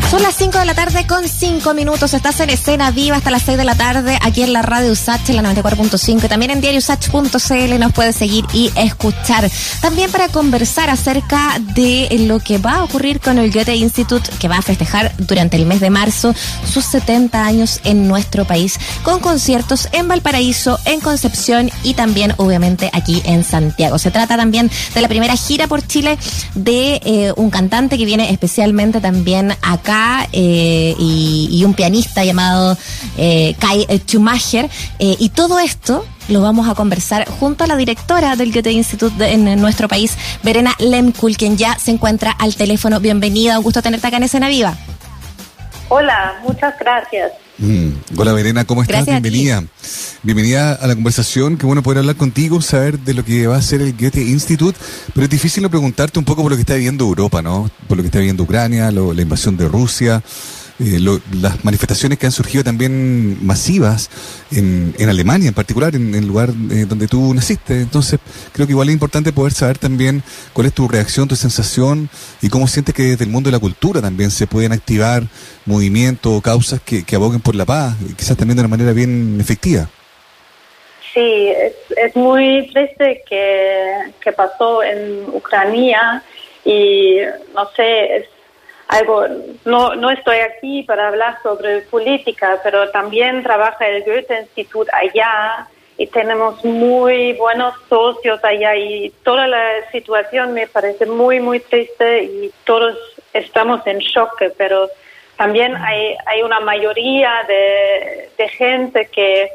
Son las 5 de la tarde con 5 minutos. Estás en Escena Viva hasta las 6 de la tarde aquí en la radio USACH, en la 94.5, y también en diariousach.cl nos puedes seguir y escuchar. También para conversar acerca de lo que va a ocurrir con el Goethe Institut, que va a festejar durante el mes de marzo sus 70 años en nuestro país, con conciertos en Valparaíso, en Concepción y también obviamente aquí en Santiago. Se trata también de la primera gira por Chile de un cantante que viene especialmente también acá, y un pianista llamado Kai Schumacher, y todo esto lo vamos a conversar junto a la directora del Goethe Institut en nuestro país, Verena Lemkuhl, quien ya se encuentra al teléfono. Bienvenida, un gusto tenerte acá en Escena Viva. Hola, muchas gracias. Hola Verena, ¿cómo estás? Gracias. Bienvenida. Bienvenida a la conversación. Qué bueno poder hablar contigo, saber de lo que va a ser el Goethe Institut, pero es difícil no preguntarte un poco por lo que está viviendo Europa, ¿no? Por lo que está viviendo Ucrania, la invasión de Rusia, las manifestaciones que han surgido también masivas en Alemania, en particular, en el lugar donde tú naciste. Entonces, creo que igual es importante poder saber también cuál es tu reacción, tu sensación, y cómo sientes que desde el mundo de la cultura también se pueden activar movimientos o causas que aboguen por la paz, quizás también de una manera bien efectiva. Sí, es muy triste que pasó en Ucrania, y no sé, es algo, no estoy aquí para hablar sobre política, pero también trabaja el Goethe Institut allá y tenemos muy buenos socios allá, y toda la situación me parece muy, muy triste y todos estamos en shock, pero también hay una mayoría de gente que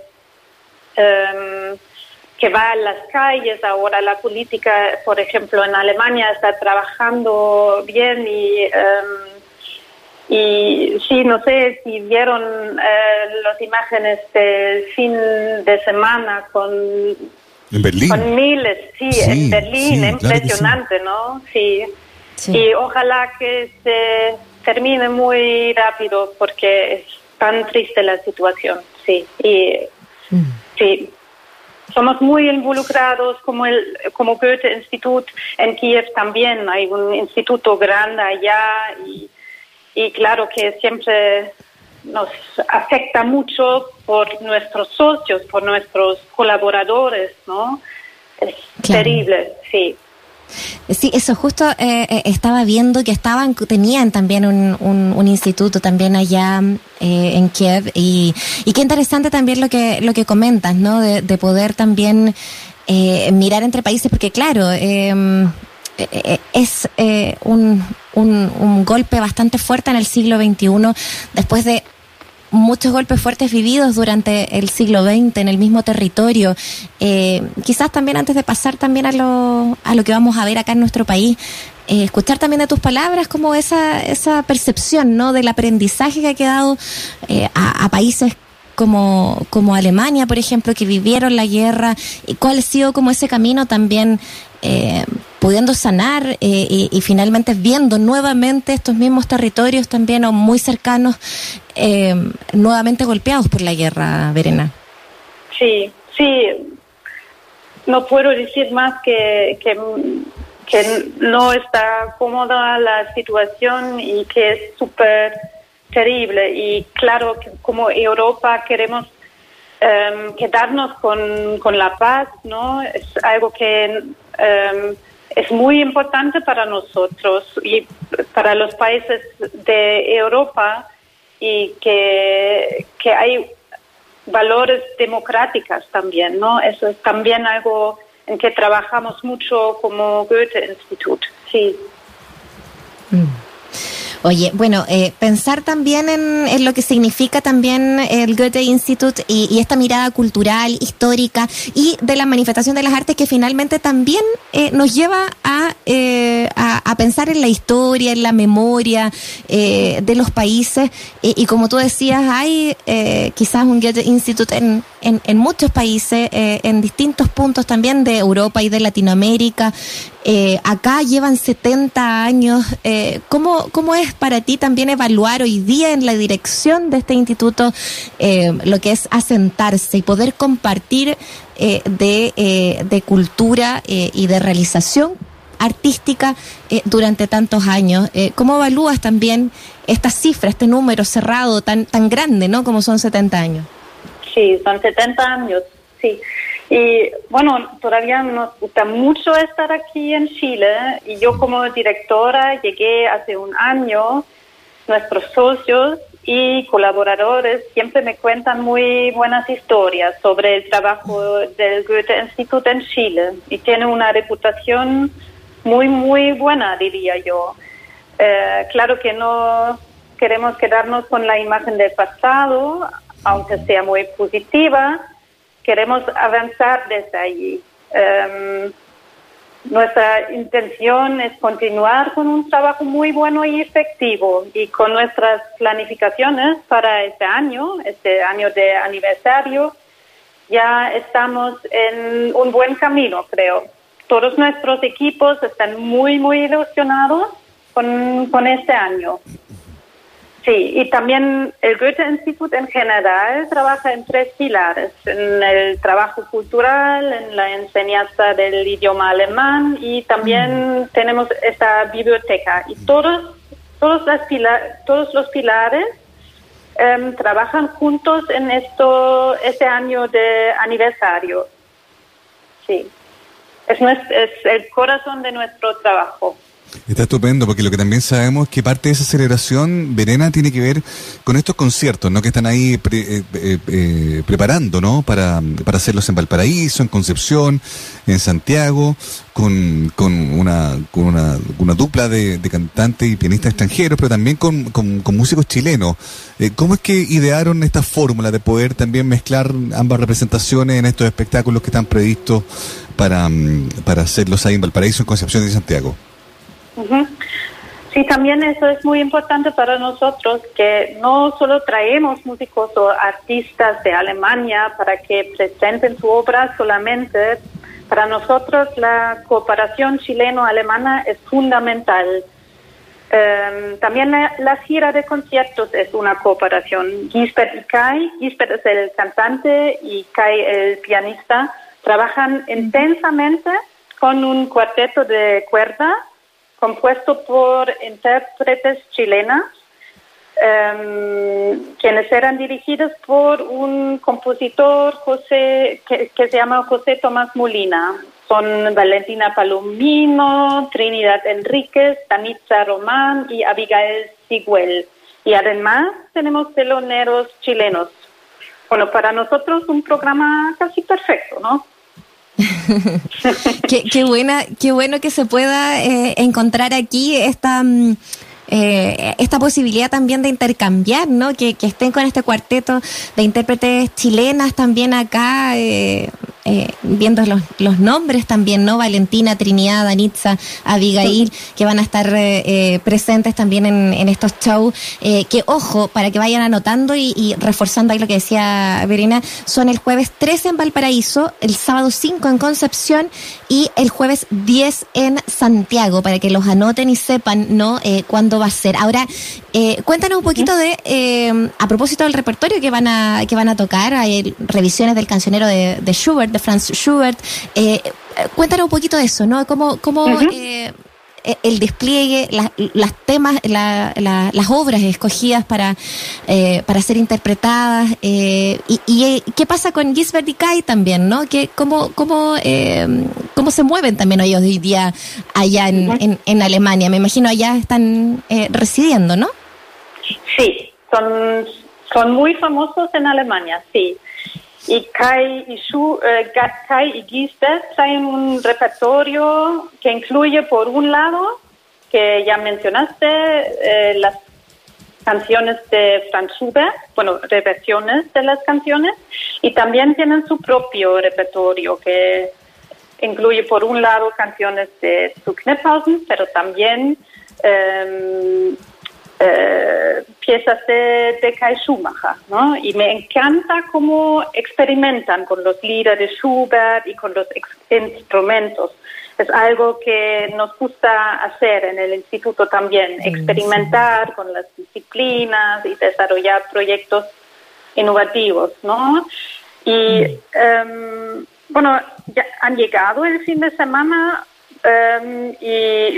va a las calles ahora. La política, por ejemplo, en Alemania está trabajando bien, y sí, no sé si vieron las imágenes del fin de semana en Berlín. Con miles, sí, en Berlín, sí, impresionante, claro, ¿no? Sí. Y ojalá que se termine muy rápido, porque es tan triste la situación, sí. Y sí, somos muy involucrados como Goethe Institut. En Kiev también hay un instituto grande allá, y claro que siempre nos afecta mucho por nuestros socios, por nuestros colaboradores, ¿no? Es terrible, sí. Sí, eso justo estaba viendo que tenían también un instituto también allá en Kiev, y qué interesante también lo que comentas, ¿no? De poder también mirar entre países, porque claro, es un golpe bastante fuerte en el siglo XXI, después de muchos golpes fuertes vividos durante el siglo XX en el mismo territorio. Quizás también, antes de pasar también a lo que vamos a ver acá en nuestro país, escuchar también de tus palabras como esa percepción, ¿no? Del aprendizaje que ha quedado a países como Alemania, por ejemplo, que vivieron la guerra, y cuál ha sido como ese camino también, pudiendo sanar, y finalmente viendo nuevamente estos mismos territorios también, o muy cercanos, nuevamente golpeados por la guerra, Verena. Sí, no puedo decir más que no está cómoda la situación y que es súper terrible. Y claro, que como Europa queremos quedarnos con la paz, ¿no? Es algo que es muy importante para nosotros y para los países de Europa, y que hay valores democráticos también, ¿no? Eso es también algo en que trabajamos mucho como Goethe Institut, sí. Oye, bueno, pensar también en lo que significa también el Goethe Institut y esta mirada cultural, histórica y de la manifestación de las artes, que finalmente también nos lleva a pensar en la historia, en la memoria de los países, y como tú decías, hay quizás un Goethe Institut en muchos países, en distintos puntos también de Europa y de Latinoamérica. Acá llevan 70 años. ¿Cómo es para ti también evaluar hoy día en la dirección de este instituto lo que es asentarse y poder compartir de cultura y de realización artística durante tantos años. ¿Cómo evalúas también esta cifra, este número cerrado tan grande, ¿no? Como son 70 años. Sí, son 70 años, sí. Y bueno, todavía nos gusta mucho estar aquí en Chile, y yo como directora llegué hace un año. Nuestros socios y colaboradores siempre me cuentan muy buenas historias sobre el trabajo del Goethe-Institut en Chile, y tiene una reputación muy, muy buena, diría yo. Claro que no queremos quedarnos con la imagen del pasado, aunque sea muy positiva. Queremos avanzar desde allí. Nuestra intención es continuar con un trabajo muy bueno y efectivo, y con nuestras planificaciones para este año de aniversario, ya estamos en un buen camino, creo. Todos nuestros equipos están muy, muy ilusionados con este año. Sí, y también el Goethe-Institut en general trabaja en 3 pilares: en el trabajo cultural, en la enseñanza del idioma alemán, y también tenemos esta biblioteca. Y todos los pilares trabajan juntos en este año de aniversario. Sí, es el corazón de nuestro trabajo. Está estupendo, porque lo que también sabemos es que parte de esa celebración, Verena, tiene que ver con estos conciertos, ¿no? Que están ahí preparando, ¿no? Para hacerlos en Valparaíso, en Concepción, en Santiago, con una dupla de cantantes y pianistas extranjeros, pero también con músicos chilenos. ¿Cómo es que idearon esta fórmula de poder también mezclar ambas representaciones en estos espectáculos que están previstos para hacerlos ahí en Valparaíso, en Concepción y Santiago? Uh-huh. Sí, también eso es muy importante para nosotros, que no solo traemos músicos o artistas de Alemania para que presenten su obra solamente. Para nosotros la cooperación chileno-alemana es fundamental. También la gira de conciertos es una cooperación. Gisbert y Kai, Gisbert es el cantante y Kai el pianista, trabajan intensamente con un cuarteto de cuerda compuesto por intérpretes chilenas, quienes eran dirigidos por un compositor que se llama José Tomás Molina. Son Valentina Palomino, Trinidad Enríquez, Danitza Román y Abigail Sigüel. Y además tenemos teloneros chilenos. Bueno, para nosotros un programa casi perfecto, ¿no? qué bueno que se pueda encontrar aquí esta posibilidad también de intercambiar, ¿no? Que estén con este cuarteto de intérpretes chilenas también acá, viendo los nombres también, ¿no? Valentina, Trinidad, Danitza, Abigail, que van a estar presentes también en estos shows, que ojo, para que vayan anotando y reforzando ahí lo que decía Verena, son el jueves 13 en Valparaíso, el sábado 5 en Concepción y el jueves 10 en Santiago, para que los anoten y sepan, ¿no? Cuándo va a ser. Ahora, cuéntanos un poquito a propósito del repertorio que van a tocar. Hay revisiones del cancionero de Schubert, de Franz Schubert. Cuéntanos un poquito de eso, ¿no? Cómo el despliegue, las temas, las obras escogidas para ser interpretadas, y qué pasa con Gisbert y Kai también, ¿no? Que cómo se mueven también ellos hoy día allá en Alemania. Me imagino allá están residiendo, ¿no? Sí, son muy famosos en Alemania, sí. Y Kai y Gisbert traen un repertorio que incluye, por un lado, que ya mencionaste, las canciones de Franz Schubert, bueno, reversiones de las canciones, y también tienen su propio repertorio que incluye, por un lado, canciones de Zu Kniphausen, pero también piezas de Kai Schumacher, ¿no? Y me encanta cómo experimentan con los lieder de Schubert y con los instrumentos. Es algo que nos gusta hacer en el instituto también, experimentar con las disciplinas y desarrollar proyectos innovativos, ¿no? Y bueno, ya han llegado el fin de semana y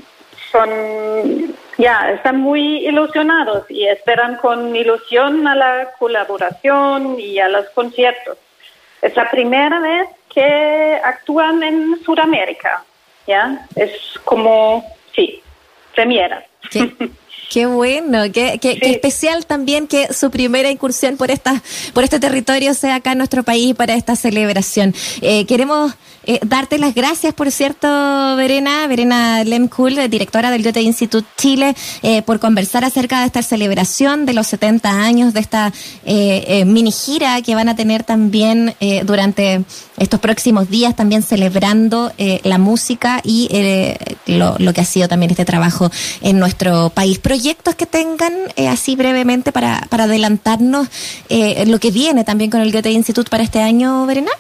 están muy ilusionados y esperan con ilusión a la colaboración y a los conciertos. Es la primera vez que actúan en Sudamérica, ¿ya? Es como, premiera. Qué bueno, qué especial también que su primera incursión por este territorio sea acá en nuestro país para esta celebración. Queremos darte las gracias, por cierto, Verena Lemkuhl, directora del Goethe Institut Chile, por conversar acerca de esta celebración de los 70 años, de esta mini gira que van a tener también durante estos próximos días, también celebrando la música y lo que ha sido también este trabajo en nuestro país. Proyectos que tengan, así brevemente, para adelantarnos lo que viene también con el Goethe Institut para este año, Verena.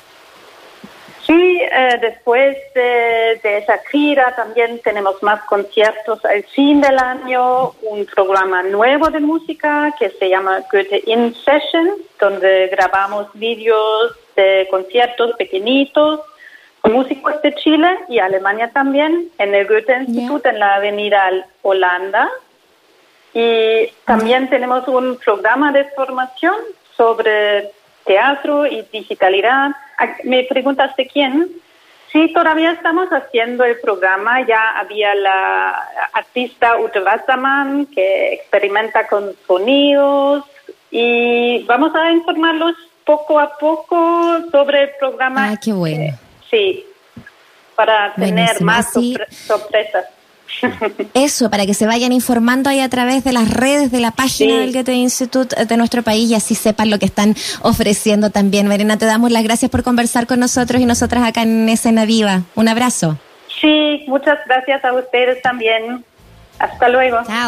Sí, después de esa gira también tenemos más conciertos al fin del año, un programa nuevo de música que se llama Goethe In Session, donde grabamos vídeos de conciertos pequeñitos con músicos de Chile y Alemania también, en el Goethe Institut en la avenida Holanda. Y también tenemos un programa de formación sobre teatro y digitalidad. Me preguntaste quién. Sí, todavía estamos haciendo el programa. Ya había la artista Ute Wassermann que experimenta con sonidos y vamos a informarlos poco a poco sobre el programa. Qué bueno. Sí, para tener más sorpresas. Eso, para que se vayan informando ahí a través de las redes de la página del Goethe Institut de nuestro país y así sepan lo que están ofreciendo también. Verena, te damos las gracias por conversar con nosotros y nosotras acá en Escena Viva. Un abrazo. Sí, muchas gracias a ustedes también. Hasta luego. Chao.